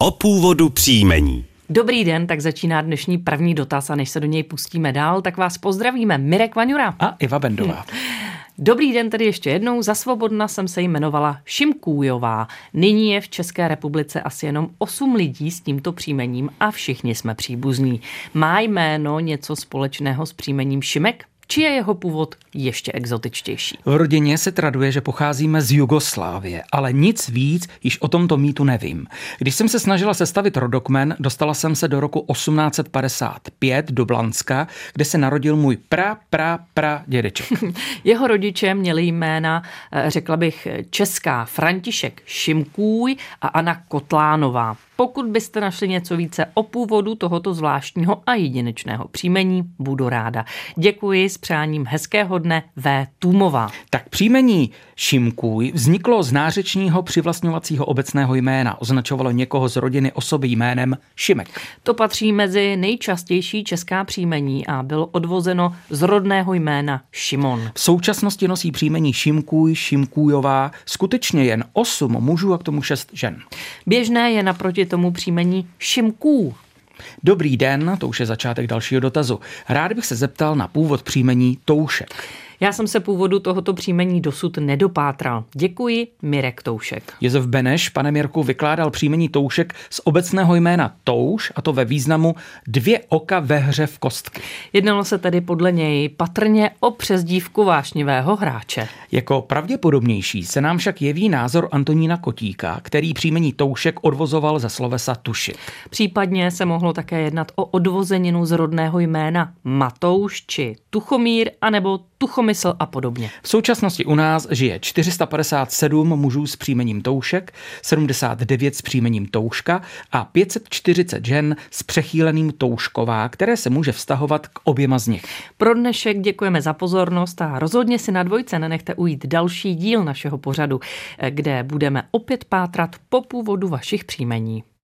O původu příjmení. Dobrý den, tak začíná dnešní první dotaz a než se do něj pustíme dál, tak vás pozdravíme Mirek Vaňura a Iva Bendová. Dobrý den tedy ještě jednou, za svobodna jsem se jmenovala Šimkůjová. Nyní je v České republice asi jenom 8 lidí s tímto příjmením a všichni jsme příbuzní. Má jméno něco společného s příjmením Šimek? Či je jeho původ ještě exotičtější? V rodině se traduje, že pocházíme z Jugoslávie, ale nic víc již o tomto mýtu nevím. Když jsem se snažila sestavit rodokmen, dostala jsem se do roku 1855 do Blanska, kde se narodil můj pra dědeček. Jeho rodiče měli jména, řekla bych, česká František Šimkůj a Anna Kotlánová. Pokud byste našli něco více o původu tohoto zvláštního a jedinečného příjmení, budu ráda. Děkuji s přáním hezkého dne V. Tůmová. Tak příjmení Šimkůj vzniklo z nářečního přivlastňovacího obecného jména. Označovalo někoho z rodiny osoby jménem Šimek. To patří mezi nejčastější česká příjmení a bylo odvozeno z rodného jména Šimon. V současnosti nosí příjmení Šimkůj, Šimkůjová skutečně jen 8 mužů a k tomu 6 žen. Běžné je naproti tomu příjmení Šimků. Dobrý den, to už je začátek dalšího dotazu. Rád bych se zeptal na původ příjmení Toušek. Já jsem se původu tohoto příjmení dosud nedopátral. Děkuji, Mirek Toušek. Josef Beneš, pane Mirku, vykládal příjmení Toušek z obecného jména Touš, a to ve významu 2 oka ve hře v kostky. Jednalo se tedy podle něj patrně o přezdívku vášnivého hráče. Jako pravděpodobnější se nám však jeví názor Antonína Kotíka, který příjmení Toušek odvozoval ze slovesa tušit. Případně se mohlo také jednat o odvozeninu z rodného jména Matouš či Tuchomír anebo Tuchomysl a podobně. V současnosti u nás žije 457 mužů s příjmením Toušek, 79 s příjmením Touška a 540 žen s přechýleným Toušková, které se může vztahovat k oběma z nich. Pro dnešek děkujeme za pozornost a rozhodně si na Dvojce nenechte ujít další díl našeho pořadu, kde budeme opět pátrat po původu vašich příjmení.